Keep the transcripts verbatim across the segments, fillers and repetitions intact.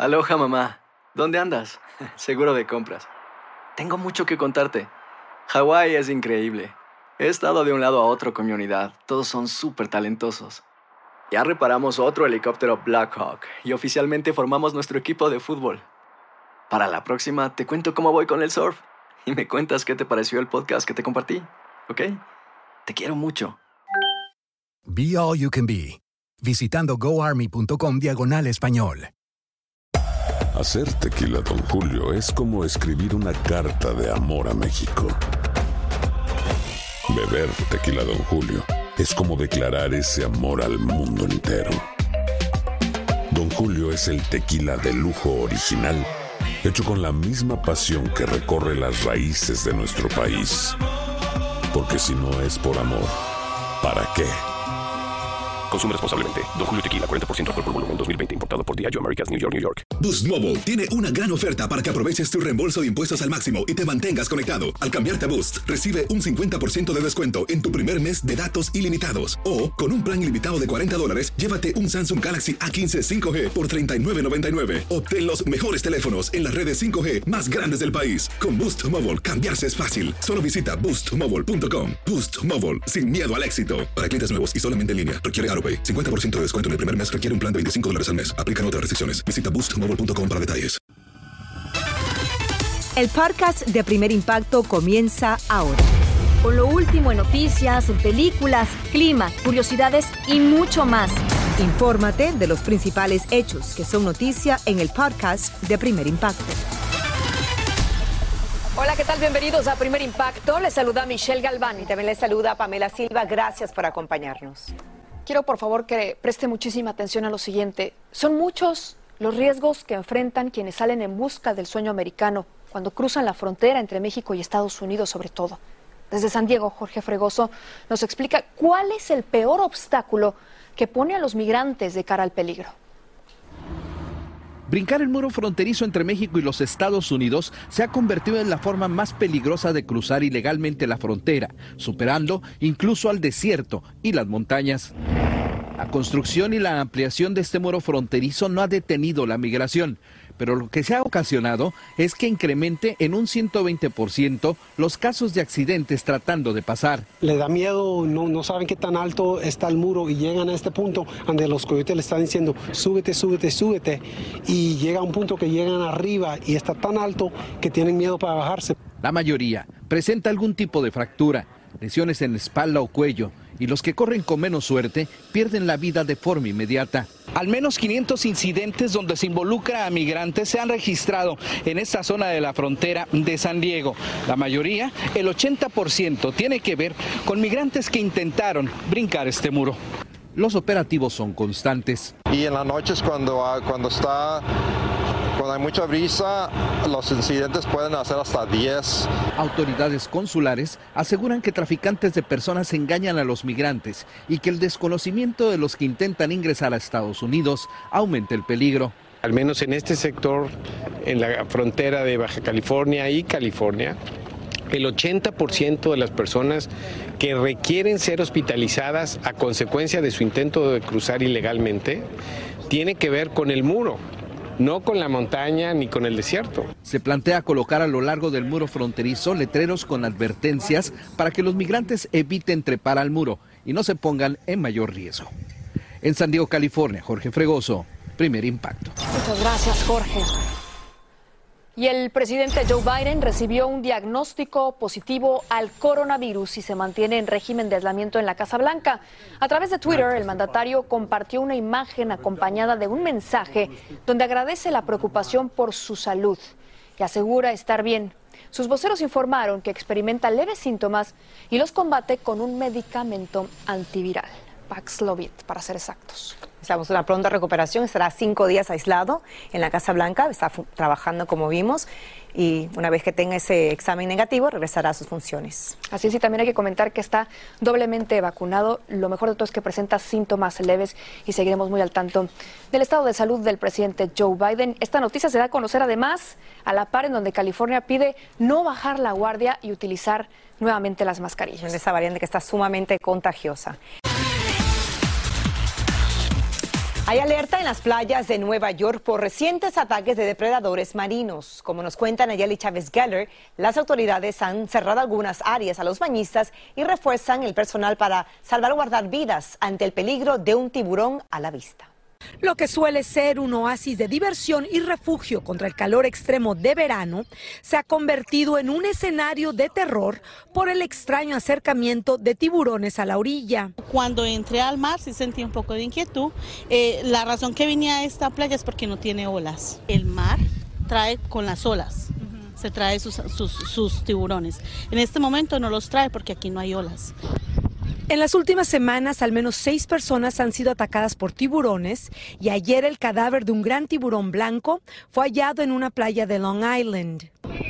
Aloha, mamá. ¿Dónde andas? Seguro de compras. Tengo mucho que contarte. Hawái es increíble. He estado de un lado a otro con mi unidad. Todos son súper talentosos. Ya reparamos otro helicóptero Blackhawk y oficialmente formamos nuestro equipo de fútbol. Para la próxima te cuento cómo voy con el surf y me cuentas qué te pareció el podcast que te compartí, ¿ok? Te quiero mucho. Be All You Can Be, visitando goarmy.com diagonal español. Hacer tequila Don Julio es como escribir una carta de amor a México. Beber tequila Don Julio es como declarar ese amor al mundo entero. Don Julio es el tequila de lujo original, hecho con la misma pasión que recorre las raíces de nuestro país. Porque si no es por amor, ¿para qué? Consume responsablemente. Don Julio Tequila, cuarenta por ciento alcohol por volumen, dos mil veinte. Importado por Diageo Americas, New York, New York. Boost Mobile tiene una gran oferta para que aproveches tu reembolso de impuestos al máximo y te mantengas conectado. Al cambiarte a Boost, recibe un cincuenta por ciento de descuento en tu primer mes de datos ilimitados. O, con un plan ilimitado de cuarenta dólares, llévate un Samsung Galaxy A quince cinco G por treinta y nueve noventa y nueve. Obtén los mejores teléfonos en las redes cinco G más grandes del país. Con Boost Mobile, cambiarse es fácil. Solo visita boost mobile punto com. Boost Mobile, sin miedo al éxito. Para clientes nuevos y solamente en línea, requiere AutoPay. cincuenta por ciento de descuento en el primer mes requiere un plan de veinticinco dólares al mes. Aplican otras restricciones. Visita boost mobile punto com para detalles. El podcast de Primer Impacto comienza ahora. Con lo último en noticias, en películas, clima, curiosidades y mucho más. Infórmate de los principales hechos que son noticia en el podcast de Primer Impacto. Hola, ¿qué tal? Bienvenidos a Primer Impacto. Les saluda Michelle Galván. Y también les saluda Pamela Silva. Gracias por acompañarnos. Quiero, por favor, que preste muchísima atención a lo siguiente. Son muchos los riesgos que enfrentan quienes salen en busca del sueño americano cuando cruzan la frontera entre México y Estados Unidos, sobre todo. Desde San Diego, Jorge Fregoso nos explica cuál es el peor obstáculo que pone a los migrantes de cara al peligro. Brincar el muro fronterizo entre México y los Estados Unidos se ha convertido en la forma más peligrosa de cruzar ilegalmente la frontera, superando incluso al desierto y las montañas. La construcción y la ampliación de este muro fronterizo no ha detenido la migración, pero lo que se ha ocasionado es que incremente en un ciento veinte por ciento los casos de accidentes tratando de pasar. Le da miedo, no, no saben qué tan alto está el muro y llegan a este punto donde los coyotes le están diciendo súbete, súbete, súbete, y llega a un punto que llegan arriba y está tan alto que tienen miedo para bajarse. La mayoría presenta algún tipo de fractura, lesiones en la espalda o cuello, y los que corren con menos suerte pierden la vida de forma inmediata. Al menos quinientos incidentes donde se involucra a migrantes se han registrado en esta zona de la frontera de San Diego. La mayoría, el ochenta por ciento, tiene que ver con migrantes que intentaron brincar este muro. Los operativos son constantes. Y en las noches cuando, cuando está... Cuando hay mucha brisa, los incidentes pueden hacer hasta diez. Autoridades consulares aseguran que traficantes de personas engañan a los migrantes y que el desconocimiento de los que intentan ingresar a Estados Unidos aumenta el peligro. Al menos en este sector, en la frontera de Baja California y California, el ochenta por ciento de las personas que requieren ser hospitalizadas a consecuencia de su intento de cruzar ilegalmente tiene que ver con el muro. No con la montaña ni con el desierto. Se plantea colocar a lo largo del muro fronterizo letreros con advertencias para que los migrantes eviten trepar al muro y no se pongan en mayor riesgo. En San Diego, California, Jorge Fregoso, Primer Impacto. Muchas gracias, Jorge. Y el presidente Joe Biden recibió un diagnóstico positivo al coronavirus y se mantiene en régimen de aislamiento en la Casa Blanca. A través de Twitter, el mandatario compartió una imagen acompañada de un mensaje donde agradece la preocupación por su salud y asegura estar bien. Sus voceros informaron que experimenta leves síntomas y los combate con un medicamento antiviral, Paxlovid, para ser exactos. Estamos en una pronta recuperación, estará cinco días aislado en la Casa Blanca, está trabajando como vimos, y una vez que tenga ese examen negativo regresará a sus funciones. Así es, y también hay que comentar que está doblemente vacunado. Lo mejor de todo es que presenta síntomas leves y seguiremos muy al tanto del estado de salud del presidente Joe Biden. Esta noticia se da a conocer además a la par en donde California pide no bajar la guardia y utilizar nuevamente las mascarillas. Esa variante que está sumamente contagiosa. Hay alerta en las playas de Nueva York por recientes ataques de depredadores marinos. Como nos cuenta Nayeli Chávez Geller, las autoridades han cerrado algunas áreas a los bañistas y refuerzan el personal para salvaguardar vidas ante el peligro de un tiburón a la vista. Lo que suele ser un oasis de diversión y refugio contra el calor extremo de verano se ha convertido en un escenario de terror por el extraño acercamiento de tiburones a la orilla. Cuando entré al mar sí sentí un poco de inquietud. Eh, la razón que vine a esta playa es porque no tiene olas. El mar trae con las olas, uh-huh. se trae sus, sus, sus tiburones. En este momento no los trae porque aquí no hay olas. En las últimas semanas, al menos seis personas han sido atacadas por tiburones y ayer el cadáver de un gran tiburón blanco fue hallado en una playa de Long Island.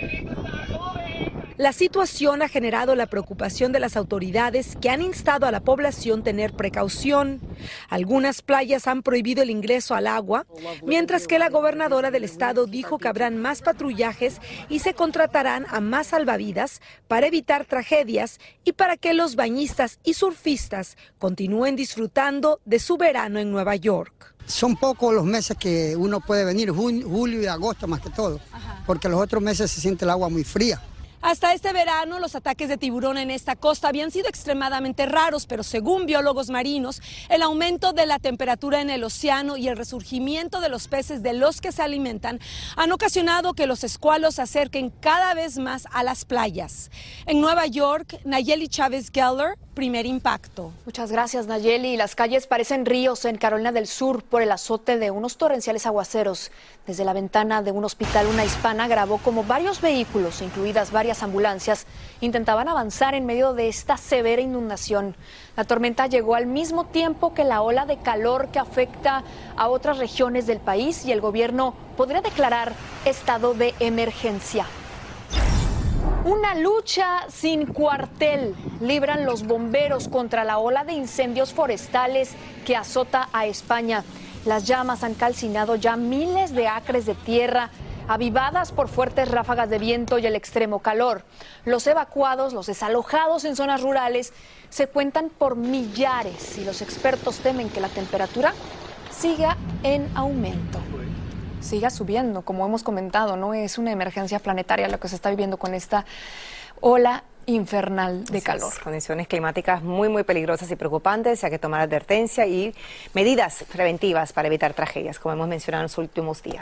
La situación ha generado la preocupación de las autoridades que han instado a la población a tener precaución. Algunas playas han prohibido el ingreso al agua, mientras que la gobernadora del estado dijo que habrán más patrullajes y se contratarán a más salvavidas para evitar tragedias y para que los bañistas y surfistas continúen disfrutando de su verano en Nueva York. Son pocos los meses que uno puede venir, junio, julio y agosto más que todo, porque los otros meses se siente el agua muy fría. Hasta este verano, los ataques de tiburón en esta costa habían sido extremadamente raros, pero según biólogos marinos, el aumento de la temperatura en el océano y el resurgimiento de los peces de los que se alimentan han ocasionado que los escualos se acerquen cada vez más a las playas. En Nueva York, Nayeli Chávez Geller, Primer Impacto. Muchas gracias, Nayeli. Las calles parecen ríos en Carolina del Sur por el azote de unos torrenciales aguaceros. Desde la ventana de un hospital, una hispana grabó como varios vehículos, incluidas varias ambulancias, intentaban avanzar en medio de esta severa inundación. La tormenta llegó al mismo tiempo que la ola de calor que afecta a otras regiones del país y el gobierno podría declarar estado de emergencia. Una lucha sin cuartel libran los bomberos contra la ola de incendios forestales que azota a España. Las llamas han calcinado ya miles de acres de tierra, avivadas por fuertes ráfagas de viento y el extremo calor. Los evacuados, los desalojados en zonas rurales, se cuentan por millares y los expertos temen que la temperatura siga en aumento. Siga subiendo, como hemos comentado, ¿no? Es una emergencia planetaria lo que se está viviendo con esta ola infernal de calor. Es, condiciones climáticas muy, muy peligrosas y preocupantes. Hay que tomar advertencia y medidas preventivas para evitar tragedias, como hemos mencionado en los últimos días.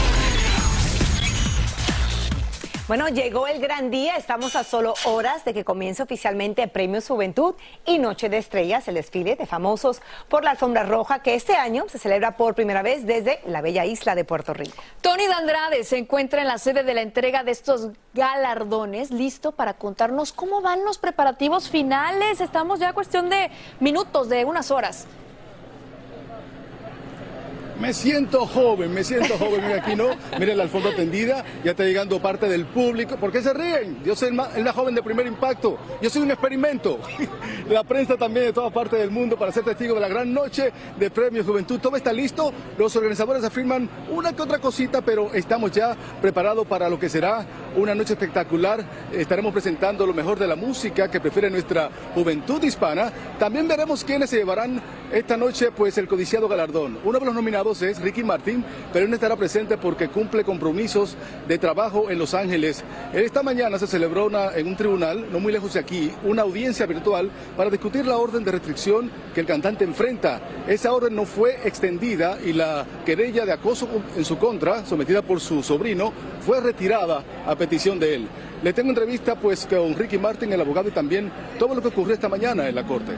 Bueno, llegó el gran día, estamos a solo horas de que comience oficialmente Premios Juventud y Noche de Estrellas, el desfile de famosos por la alfombra roja que este año se celebra por primera vez desde la bella isla de Puerto Rico. Tony Andrade se encuentra en la sede de la entrega de estos galardones, listo para contarnos cómo van los preparativos finales. Estamos ya a cuestión de minutos, de unas horas. Me siento joven, me siento joven, mira aquí, ¿no? Miren la alfombra tendida, ya está llegando parte del público. ¿Por qué se ríen? Yo soy el más, el más joven de Primer Impacto, yo soy un experimento. La prensa también de toda parte del mundo para ser testigo de la gran noche de Premios Juventud. Todo está listo, los organizadores afirman una que otra cosita, pero estamos ya preparados para lo que será una noche espectacular. Estaremos presentando lo mejor de la música que prefiere nuestra juventud hispana. También veremos quiénes se llevarán esta noche pues el codiciado galardón. Uno de los nominados es Ricky Martin, pero él no estará presente porque cumple compromisos de trabajo en Los Ángeles. Esta mañana se celebró una, en un tribunal, no muy lejos de aquí, una audiencia virtual para discutir la orden de restricción que el cantante enfrenta. Esa orden no fue extendida y la querella de acoso en su contra, sometida por su sobrino, fue retirada a petición de él. Le tengo entrevista pues con Ricky Martin, el abogado, y también todo lo que ocurrió esta mañana en la corte.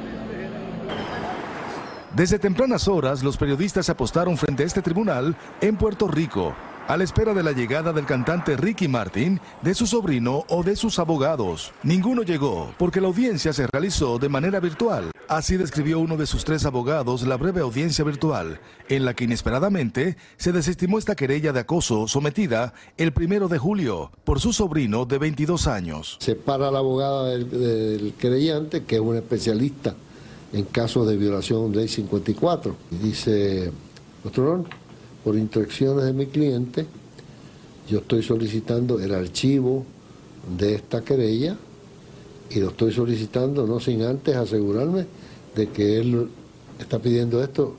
Desde tempranas horas, los periodistas se apostaron frente a este tribunal en Puerto Rico, a la espera de la llegada del cantante Ricky Martin, de su sobrino o de sus abogados. Ninguno llegó, porque la audiencia se realizó de manera virtual. Así describió uno de sus tres abogados la breve audiencia virtual, en la que inesperadamente se desestimó esta querella de acoso sometida el primero de julio por su sobrino de veintidós años. Se para la abogada del, del querellante, que es un especialista en casos de violación de ley cincuenta y cuatro. Y dice, nuestro honor, por instrucciones de mi cliente, yo estoy solicitando el archivo de esta querella y lo estoy solicitando no sin antes asegurarme de que él está pidiendo esto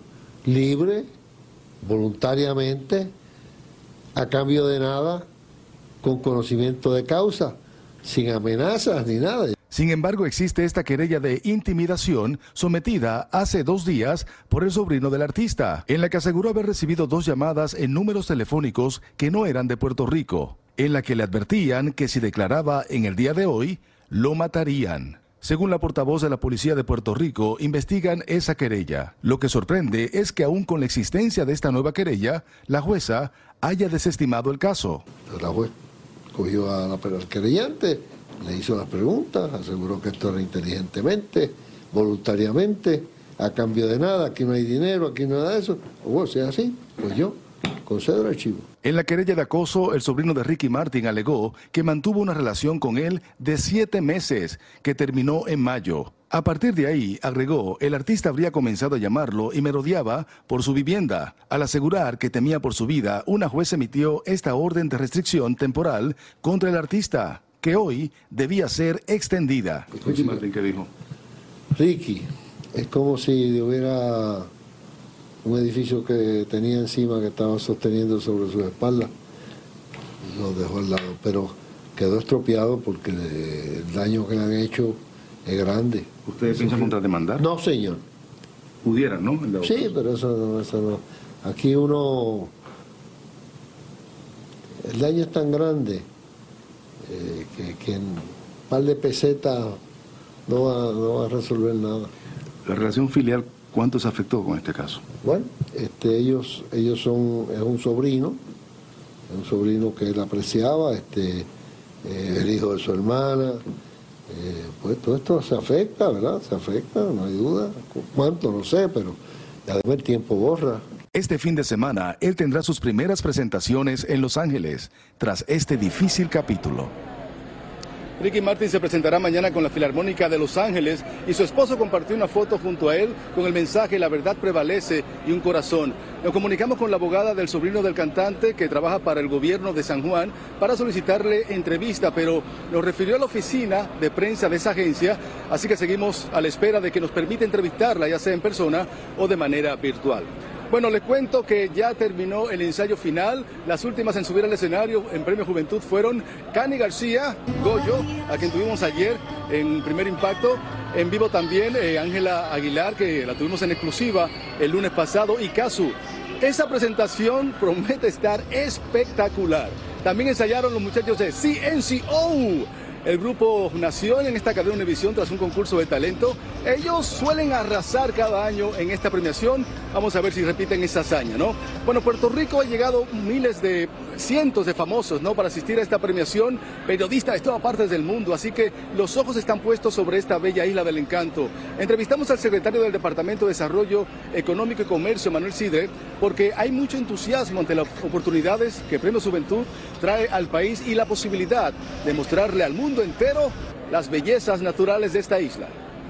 libre, voluntariamente, a cambio de nada, con conocimiento de causa, sin amenazas ni nada. Sin embargo, existe esta querella de intimidación sometida hace dos días por el sobrino del artista, en la que aseguró haber recibido dos llamadas en números telefónicos que no eran de Puerto Rico, en la que le advertían que si declaraba en el día de hoy, lo matarían. Según la portavoz de la Policía de Puerto Rico, investigan esa querella. Lo que sorprende es que aún con la existencia de esta nueva querella, la jueza haya desestimado el caso. La juez cogió a la, al querellante, le hizo las preguntas, aseguró que esto era inteligentemente, voluntariamente, a cambio de nada, aquí no hay dinero, aquí no hay nada de eso. Bueno, si es así, pues yo concedo el archivo. En la querella de acoso, el sobrino de Ricky Martin alegó que mantuvo una relación con él de siete meses, que terminó en mayo. A partir de ahí, agregó, el artista habría comenzado a llamarlo y merodeaba por su vivienda. Al asegurar que temía por su vida, una juez emitió esta orden de restricción temporal contra el artista, que hoy debía ser extendida. Ricky Martin, ¿qué dijo? Ricky, es como si hubiera un edificio que tenía encima, que estaba sosteniendo sobre sus espaldas, lo dejó al lado, pero quedó estropeado porque el daño que le han hecho es grande. ¿Ustedes piensan contrademandar? No, señor. Pudieran, ¿no? Sí, pero eso no, eso no. Aquí uno, el daño es tan grande eh, que, que en un par de pesetas no va, no va a resolver nada. La relación filial, ¿cuánto se afectó con este caso? Bueno, este, ellos, ellos son, es un sobrino, es un sobrino que él apreciaba, este, eh, el hijo de su hermana, eh, pues todo esto se afecta, ¿verdad? Se afecta, no hay duda. ¿Cuánto? No sé, pero además el tiempo borra. Este fin de semana, él tendrá sus primeras presentaciones en Los Ángeles, tras este difícil capítulo. Ricky Martin se presentará mañana con la Filarmónica de Los Ángeles y su esposo compartió una foto junto a él con el mensaje "La verdad prevalece" y un corazón. Nos comunicamos con la abogada del sobrino del cantante que trabaja para el gobierno de San Juan para solicitarle entrevista, pero nos refirió a la oficina de prensa de esa agencia, así que seguimos a la espera de que nos permita entrevistarla, ya sea en persona o de manera virtual. Bueno, les cuento que ya terminó el ensayo final. Las últimas en subir al escenario en Premio Juventud fueron Cani García, Goyo, a quien tuvimos ayer en Primer Impacto. En vivo también Ángela eh, Aguilar, que la tuvimos en exclusiva el lunes pasado, y Casu. Esa presentación promete estar espectacular. También ensayaron los muchachos de C N C O. El grupo nació en esta cadena Univisión tras un concurso de talento. Ellos suelen arrasar cada año en esta premiación. Vamos a ver si repiten esa hazaña, ¿no? Bueno, Puerto Rico ha llegado miles de, cientos de famosos, ¿no?, para asistir a esta premiación. Periodistas de todas partes del mundo, así que los ojos están puestos sobre esta bella isla del encanto. Entrevistamos al secretario del Departamento de Desarrollo Económico y Comercio, Manuel Sidre, porque hay mucho entusiasmo ante las oportunidades que Premio Juventud trae al país y la posibilidad de mostrarle al mundo entero las bellezas naturales de esta isla.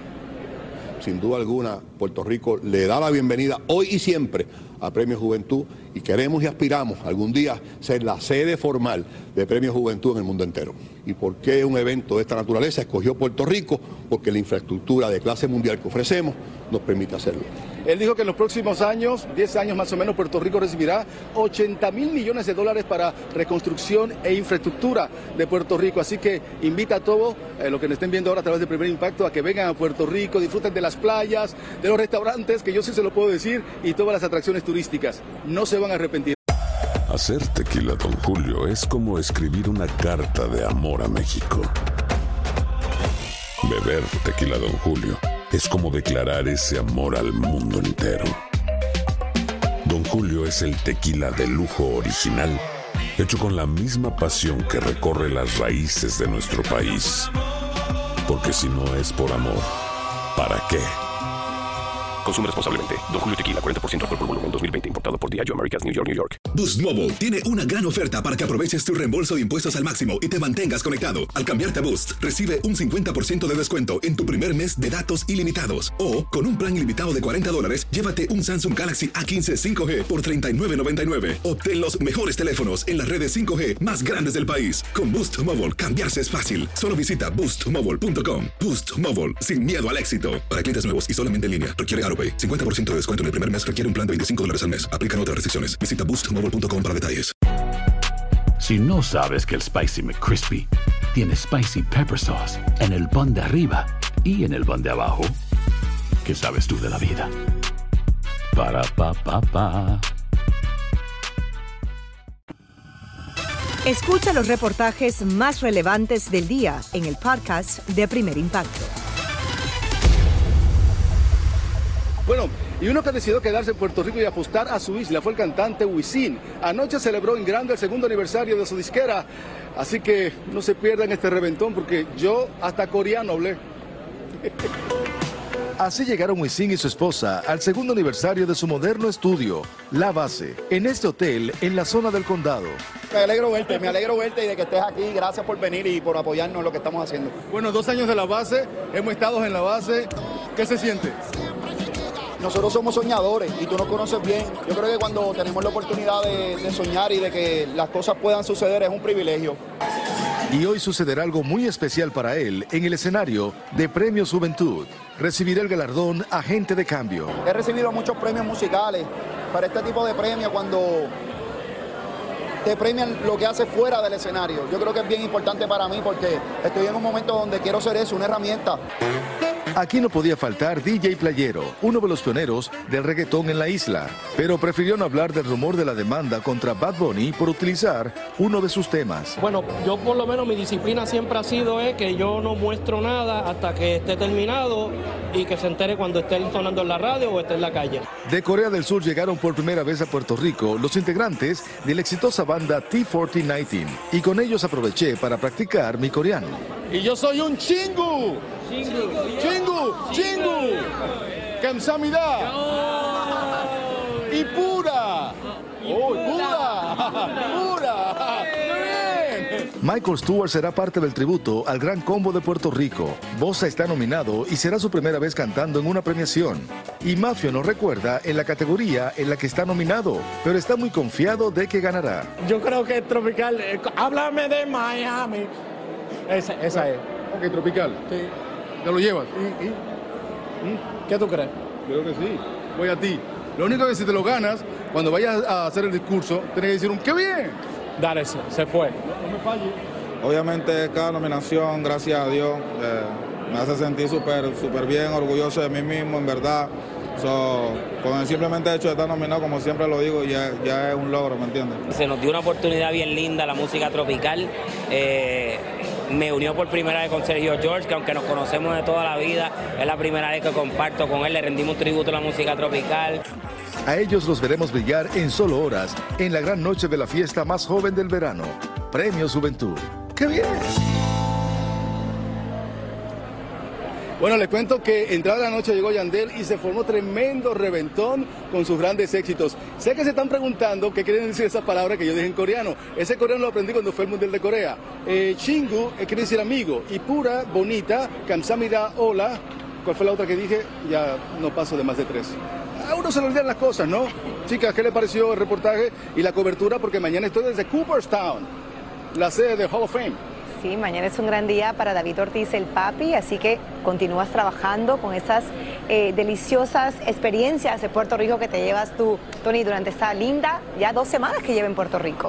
Sin duda alguna, Puerto Rico le da la bienvenida hoy y siempre a Premio Juventud y queremos y aspiramos algún día ser la sede formal de Premio Juventud en el mundo entero. ¿Y por qué un evento de esta naturaleza escogió Puerto Rico? Porque la infraestructura de clase mundial que ofrecemos nos permite hacerlo. Él dijo que en los próximos años, diez años más o menos, Puerto Rico recibirá ochenta mil millones de dólares para reconstrucción e infraestructura de Puerto Rico. Así que invita a todos, eh, lo que nos estén viendo ahora a través de Primer Impacto, a que vengan a Puerto Rico, disfruten de las playas, de los restaurantes, que yo sí se lo puedo decir, y todas las atracciones turísticas. No se van a arrepentir. Hacer tequila Don Julio es como escribir una carta de amor a México. Beber tequila Don Julio es como declarar ese amor al mundo entero. Don Julio es el tequila de lujo original, hecho con la misma pasión que recorre las raíces de nuestro país. Porque si no es por amor, ¿para qué? Consume responsablemente. Don Julio Tequila, cuarenta por ciento alcohol por volumen, dos mil veinte, importado por Diageo Americas, New York, New York. Boost Mobile tiene una gran oferta para que aproveches tu reembolso de impuestos al máximo y te mantengas conectado. Al cambiarte a Boost, recibe un cincuenta por ciento de descuento en tu primer mes de datos ilimitados. O, con un plan ilimitado de cuarenta dólares, llévate un Samsung Galaxy A quince cinco G por treinta y nueve noventa y nueve. Obtén los mejores teléfonos en las redes cinco G más grandes del país. Con Boost Mobile, cambiarse es fácil. Solo visita boost mobile punto com. Boost Mobile, sin miedo al éxito. Para clientes nuevos y solamente en línea, requiere AutoPay. cincuenta por ciento de descuento en el primer mes requiere un plan de veinticinco dólares al mes. Aplican otras restricciones. Visita boost mobile punto com para detalles. Si no sabes que el Spicy McCrispy tiene Spicy Pepper Sauce en el pan de arriba y en el pan de abajo, ¿qué sabes tú de la vida? Para, pa, pa, pa. Escucha los reportajes más relevantes del día en el podcast de Primer Impacto. Bueno, y uno que decidió quedarse en Puerto Rico y apostar a su isla fue el cantante Wisin. Anoche celebró en grande el segundo aniversario de su disquera, así que no se pierdan este reventón porque yo hasta coreano hablé. Así llegaron Wisin y su esposa al segundo aniversario de su moderno estudio, La Base, en este hotel en la zona del condado. Me alegro verte, me alegro verte y de que estés aquí. Gracias por venir y por apoyarnos en lo que estamos haciendo. Bueno, dos años de La Base, hemos estado en La Base. ¿Qué se siente? Nosotros somos soñadores y tú nos conoces bien. Yo creo que cuando tenemos la oportunidad de, de soñar y de que las cosas puedan suceder es un privilegio. Y hoy sucederá algo muy especial para él en el escenario de Premios Juventud. Recibirá el galardón Agente de Cambio. He recibido muchos premios musicales. Para este tipo de premios, cuando te premian lo que haces fuera del escenario, yo creo que es bien importante para mí porque estoy en un momento donde quiero ser eso, una herramienta. Aquí no podía faltar D J Playero, uno de los pioneros del reggaetón en la isla, pero prefirió no hablar del rumor de la demanda contra Bad Bunny por utilizar uno de sus temas. Bueno, yo por lo menos mi disciplina siempre ha sido eh, que yo no muestro nada hasta que esté terminado y que se entere cuando esté sonando en la radio o esté en la calle. De Corea del Sur llegaron por primera vez a Puerto Rico los integrantes de la exitosa banda T cuarenta diecinueve y con ellos aproveché para practicar mi coreano. Y yo soy un chingu. Chingu, chingu, chingu. Kamsamida. Y pura. Oh, pura. Pura. Bien. Michael Stewart será parte del tributo al Gran Combo de Puerto Rico. Bosa está nominado y será su primera vez cantando en una premiación. Y Mafio nos recuerda en la categoría en la que está nominado, pero está muy confiado de que ganará. Yo creo que es Tropical. Eh, háblame de Miami. Esa, esa es. Ok, Tropical. Sí. ¿Te lo llevas? ¿Y, y? ¿Qué tú crees? Creo que sí. Voy a ti. Lo único que si te lo ganas, cuando vayas a hacer el discurso, tienes que decir un ¡qué bien! Dale, eso, se fue. No, no me falles. Obviamente cada nominación, gracias a Dios, eh, me hace sentir súper súper bien, orgulloso de mí mismo, en verdad. So, con el simplemente hecho de estar nominado, como siempre lo digo, ya, ya es un logro, ¿me entiendes? Se nos dio una oportunidad bien linda, la música tropical. Eh, me unió por primera vez con Sergio George, que aunque nos conocemos de toda la vida, es la primera vez que comparto con él, le rendimos tributo a la música tropical. A ellos los veremos brillar en solo horas en la gran noche de la fiesta más joven del verano, Premios Juventud. ¡Qué bien! Bueno, les cuento que entrada la noche llegó Yandel y se formó tremendo reventón con sus grandes éxitos. Sé que se están preguntando qué quieren decir esas palabras que yo dije en coreano. Ese coreano lo aprendí cuando fue el Mundial de Corea. Eh, chingu eh, quiere decir amigo y pura, bonita, kamsamida, hola. ¿Cuál fue la otra que dije? Ya no paso de más de tres. A uno se le olvidan las cosas, ¿no? Chicas, ¿qué le pareció el reportaje y la cobertura? Porque mañana estoy desde Cooperstown, la sede de Hall of Fame. Sí, mañana es un gran día para David Ortiz, el papi, así que continúas trabajando con esas eh, deliciosas experiencias de Puerto Rico que te llevas tú, Tony, durante esta linda, ya dos semanas que lleva en Puerto Rico.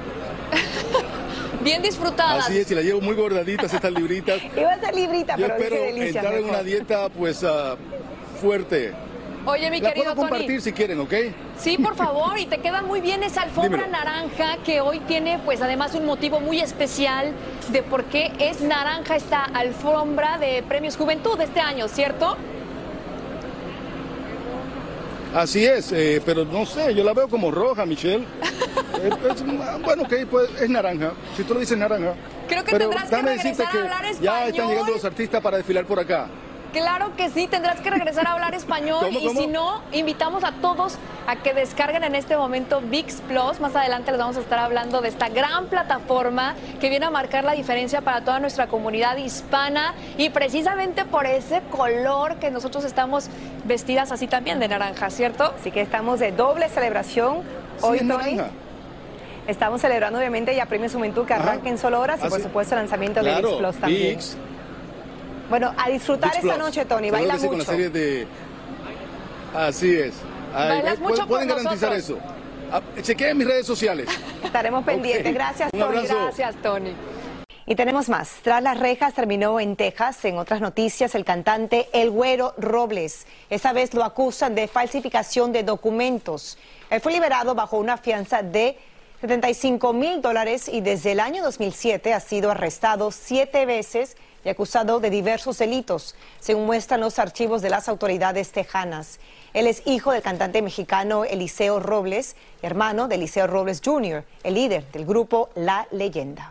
Bien disfrutadas. Así es, y la llevo muy gordaditas estas libritas. Iba a ser librita, Yo pero espero qué delicia. entrar mejor. en una dieta, pues, uh, fuerte. Oye, mi la querido puedo compartir Tony. si quieren, ¿ok? Sí, por favor, y te queda muy bien esa alfombra Dímelo. naranja que hoy tiene pues además un motivo muy especial de por qué es naranja esta alfombra de Premios Juventud de este año, ¿cierto? Así es, eh, pero no sé, yo la veo como roja, Michelle. Eh, es, bueno, ok, pues es naranja, si tú lo dices naranja. Creo que pero tendrás que déjame regresar decirte a hablar que español. ya están llegando los artistas para desfilar por acá. Claro que sí, tendrás que regresar a hablar español. ¿Cómo, y cómo? si no, invitamos a todos a que descarguen en este momento ViX Plus. Más adelante les vamos a estar hablando de esta gran plataforma que viene a marcar la diferencia para toda nuestra comunidad hispana y precisamente por ese color que nosotros estamos vestidas así también de naranja, ¿cierto? Así que estamos de doble celebración hoy, Sí, es Tony. naranja. Estamos celebrando obviamente ya Premios Juventud que Ajá. arranca en solo horas y Ah, por sí. supuesto el lanzamiento de Claro, ViX Plus también. ViX. Bueno, a disfrutar ViX esta Plus. noche, Tony, Seguro baila que sí, con la mucho. serie de... Así es. Ay, Bailas mucho por pueden garantizar nosotros. eso. Ah, chequeen mis redes sociales. Estaremos pendientes. Okay. Gracias, Un Tony. abrazo. Gracias, Tony. Y tenemos más. Tras las rejas terminó en Texas. En otras noticias, el cantante El Güero Robles. Esta vez lo acusan de falsificación de documentos. Él fue liberado bajo una fianza de setenta y cinco mil dólares y desde el año dos mil siete ha sido arrestado siete veces y acusado de diversos delitos, según muestran los archivos de las autoridades tejanas. Él es hijo del cantante mexicano Eliseo Robles, hermano de Eliseo Robles junior, el líder del grupo La Leyenda.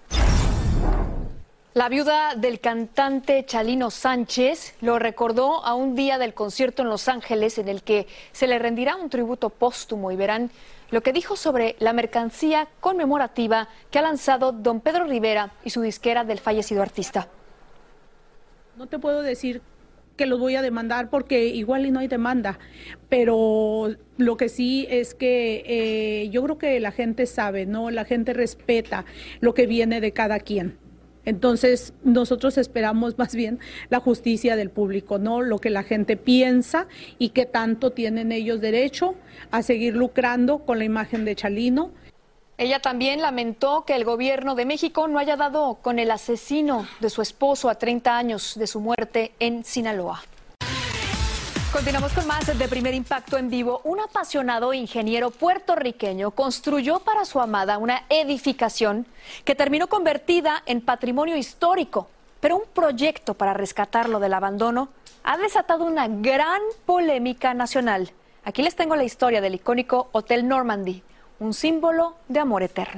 La viuda del cantante Chalino Sánchez lo recordó a un día del concierto en Los Ángeles en el que se le rendirá un tributo póstumo y verán lo que dijo sobre la mercancía conmemorativa que ha lanzado don Pedro Rivera y su disquera del fallecido artista. No te puedo decir que los voy a demandar porque igual y no hay demanda, pero lo que sí es que eh, yo creo que la gente sabe, ¿no? La gente respeta lo que viene de cada quien. Entonces, nosotros esperamos más bien la justicia del público, ¿no? Lo que la gente piensa y qué tanto tienen ellos derecho a seguir lucrando con la imagen de Chalino. Ella también lamentó que el gobierno de México no haya dado con el asesino de su esposo a treinta años de su muerte en Sinaloa. Continuamos con más de Primer Impacto en vivo. Un apasionado ingeniero puertorriqueño construyó para su amada una edificación que terminó convertida en patrimonio histórico. Pero un proyecto para rescatarlo del abandono ha desatado una gran polémica nacional. Aquí les tengo la historia del icónico Hotel Normandy, un símbolo de amor eterno.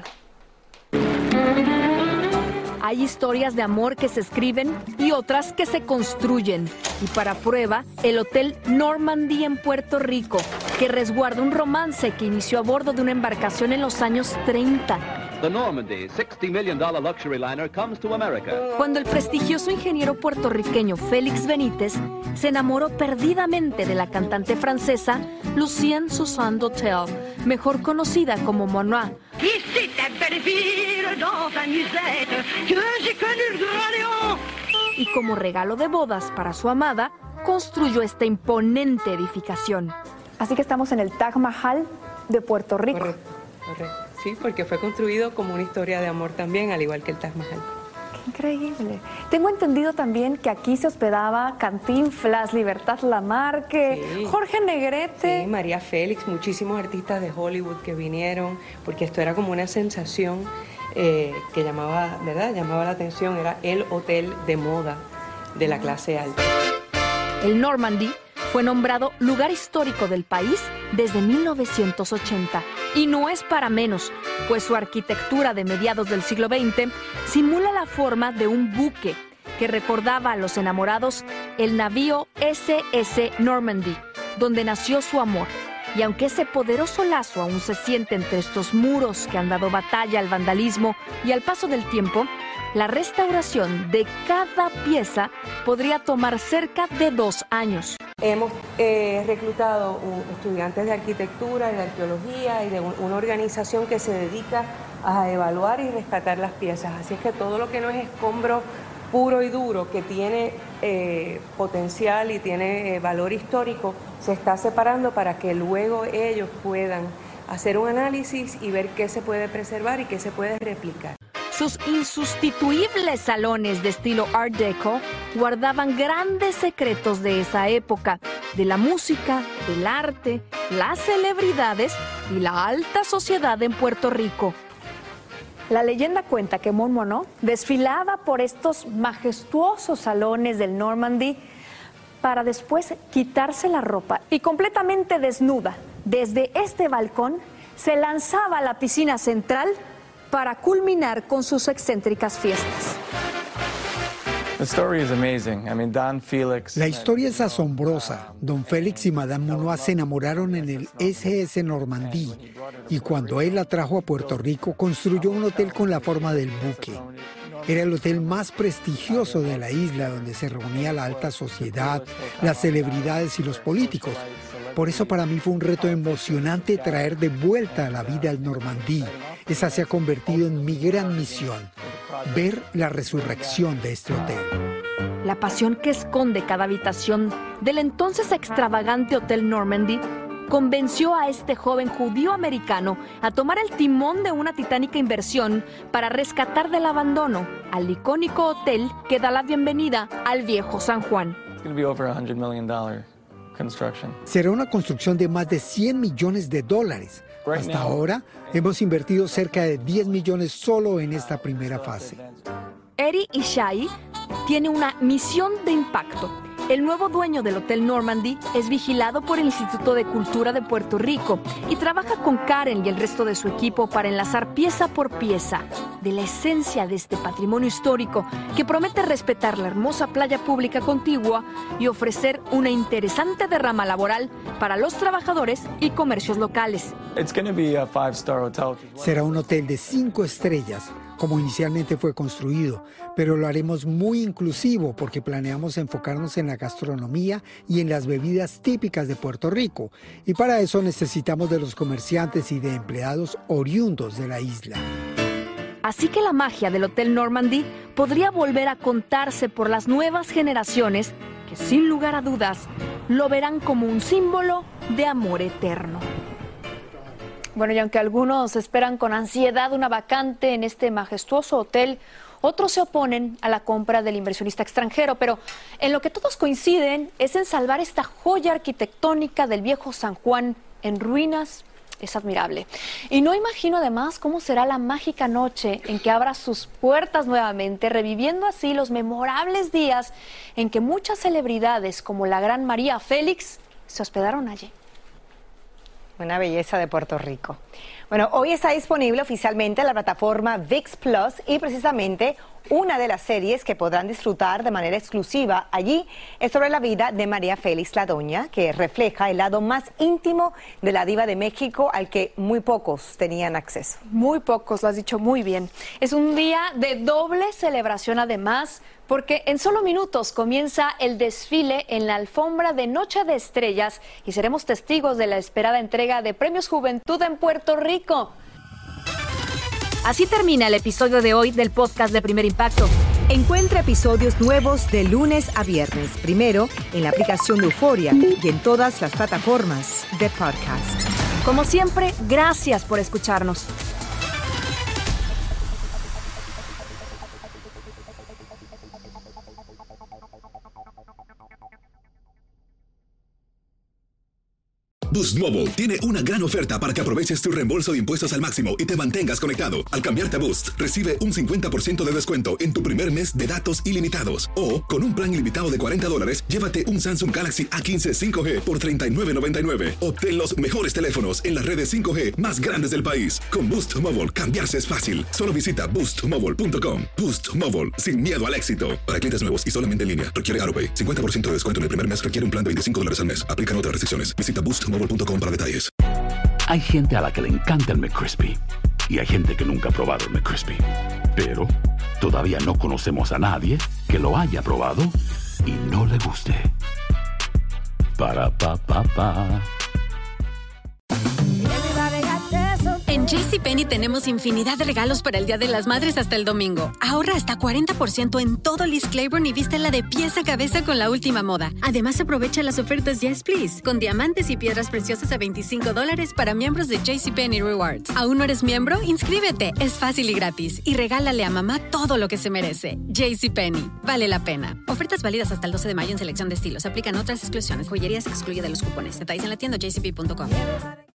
Hay historias de amor que se escriben y otras que se construyen. Y para prueba, el Hotel Normandy en Puerto Rico, que resguarda un romance que inició a bordo de una embarcación en los años treinta. The Normandy, sixty million dollar luxury liner, comes to America. Cuando el prestigioso ingeniero puertorriqueño Félix Benítez se enamoró perdidamente de la cantante francesa Lucienne Suzanne Dautel, mejor conocida como Monois. Y como regalo de bodas para su amada, construyó esta imponente edificación. Así que estamos en el Taj Mahal de Puerto Rico. Correcto, correcto. Sí, porque fue construido como una historia de amor también, al igual que el Taj Mahal. ¡Qué increíble! Tengo entendido también que aquí se hospedaba Cantinflas, Libertad Lamarque, sí. Jorge Negrete. Sí, María Félix, muchísimos artistas de Hollywood que vinieron, porque esto era como una sensación eh, que llamaba, ¿verdad? Llamaba la atención, era el hotel de moda de la clase alta. El Normandy fue nombrado lugar histórico del país desde mil novecientos ochenta. Y no es para menos, pues su arquitectura de mediados del siglo veinte simula la forma de un buque que recordaba a los enamorados el navío ese ese Normandy, donde nació su amor. Y aunque ese poderoso lazo aún se siente entre estos muros que han dado batalla al vandalismo y al paso del tiempo, la restauración de cada pieza podría tomar cerca de dos años. Hemos eh, reclutado un, estudiantes de arquitectura y de arqueología y de un, una organización que se dedica a evaluar y rescatar las piezas. Así es que todo lo que no es escombro puro y duro, que tiene eh, potencial y tiene eh, valor histórico, se está separando para que luego ellos puedan hacer un análisis y ver qué se puede preservar y qué se puede replicar. Sus insustituibles salones de estilo Art Deco guardaban grandes secretos de esa época, de la música, del arte, las celebridades y la alta sociedad en Puerto Rico. La leyenda cuenta que Mon Mono desfilaba por estos majestuosos salones del Normandy para después quitarse la ropa y completamente desnuda, desde este balcón, se lanzaba a la piscina central para culminar con sus excéntricas fiestas. La historia es asombrosa. Don Félix y Madame Monois se enamoraron en el ese ese Normandí y cuando él la trajo a Puerto Rico construyó un hotel con la forma del buque. Era el hotel más prestigioso de la isla donde se reunía la alta sociedad, las celebridades y los políticos. Por eso para mí fue un reto emocionante traer de vuelta a la vida al Normandí. Esa se ha convertido en mi gran misión, ver la resurrección de este hotel. La pasión que esconde cada habitación del entonces extravagante Hotel Normandy convenció a este joven judío americano a tomar el timón de una titánica inversión para rescatar del abandono al icónico hotel que da la bienvenida al viejo San Juan. Será una construcción de más de cien millones de dólares. Hasta ahora hemos invertido cerca de diez millones solo en esta primera fase. Eri Ishai tiene una misión de impacto. El nuevo dueño del Hotel Normandy es vigilado por el Instituto de Cultura de Puerto Rico y trabaja con Karen y el resto de su equipo para enlazar pieza por pieza de la esencia de este patrimonio histórico que promete respetar la hermosa playa pública contigua y ofrecer una interesante derrama laboral para los trabajadores y comercios locales. Será un hotel de cinco estrellas, como inicialmente fue construido, pero lo haremos muy inclusivo porque planeamos enfocarnos en la gastronomía y en las bebidas típicas de Puerto Rico. Y para eso necesitamos de los comerciantes y de empleados oriundos de la isla. Así que la magia del Hotel Normandy podría volver a contarse por las nuevas generaciones que, sin lugar a dudas, lo verán como un símbolo de amor eterno. Bueno, y aunque algunos esperan con ansiedad una vacante en este majestuoso hotel, otros se oponen a la compra del inversionista extranjero, pero en lo que todos coinciden es en salvar esta joya arquitectónica del viejo San Juan en ruinas. Es admirable. Y no imagino además cómo será la mágica noche en que abra sus puertas nuevamente, reviviendo así los memorables días en que muchas celebridades como la gran María Félix se hospedaron allí. Una belleza de Puerto Rico. Bueno, hoy está disponible oficialmente la plataforma ViX Plus y precisamente una de las series que podrán disfrutar de manera exclusiva allí es sobre la vida de María Félix La Doña, que refleja el lado más íntimo de la diva de México al que muy pocos tenían acceso. Muy pocos, lo has dicho muy bien. Es un día de doble celebración además, porque en solo minutos comienza el desfile en la alfombra de Noche de Estrellas y seremos testigos de la esperada entrega de Premios Juventud en Puerto Rico. Así termina el episodio de hoy del podcast de Primer Impacto. Encuentra episodios nuevos de lunes a viernes, primero en la aplicación de Euforia y en todas las plataformas de podcast. Como siempre, gracias por escucharnos. Boost Mobile tiene una gran oferta para que aproveches tu reembolso de impuestos al máximo y te mantengas conectado. Al cambiarte a Boost, recibe un cincuenta por ciento de descuento en tu primer mes de datos ilimitados. O, con un plan ilimitado de cuarenta dólares, llévate un Samsung Galaxy A quince cinco G por treinta y nueve noventa y nueve. Obtén los mejores teléfonos en las redes cinco G más grandes del país. Con Boost Mobile, cambiarse es fácil. Solo visita boost mobile punto com. Boost Mobile, sin miedo al éxito. Para clientes nuevos y solamente en línea, requiere AutoPay. cincuenta por ciento de descuento en el primer mes, requiere un plan de veinticinco dólares al mes. Aplican otras restricciones. Visita boost mobile punto com para detalles. Hay gente a la que le encanta el McCrispy y hay gente que nunca ha probado el McCrispy. Pero todavía no conocemos a nadie que lo haya probado y no le guste. Para pa pa pa. En JCPenney tenemos infinidad de regalos para el Día de las Madres hasta el domingo. Ahorra hasta cuarenta por ciento en todo Liz Claiborne y vístela de pies a cabeza con la última moda. Además, aprovecha las ofertas Yes Please, con diamantes y piedras preciosas a veinticinco dólares para miembros de JCPenney Rewards. ¿Aún no eres miembro? Inscríbete. Es fácil y gratis. Y regálale a mamá todo lo que se merece. JCPenney. Vale la pena. Ofertas válidas hasta el doce de mayo en selección de estilos. Aplican otras exclusiones. Joyería se excluye de los cupones. Detalles en la tienda j c p punto com.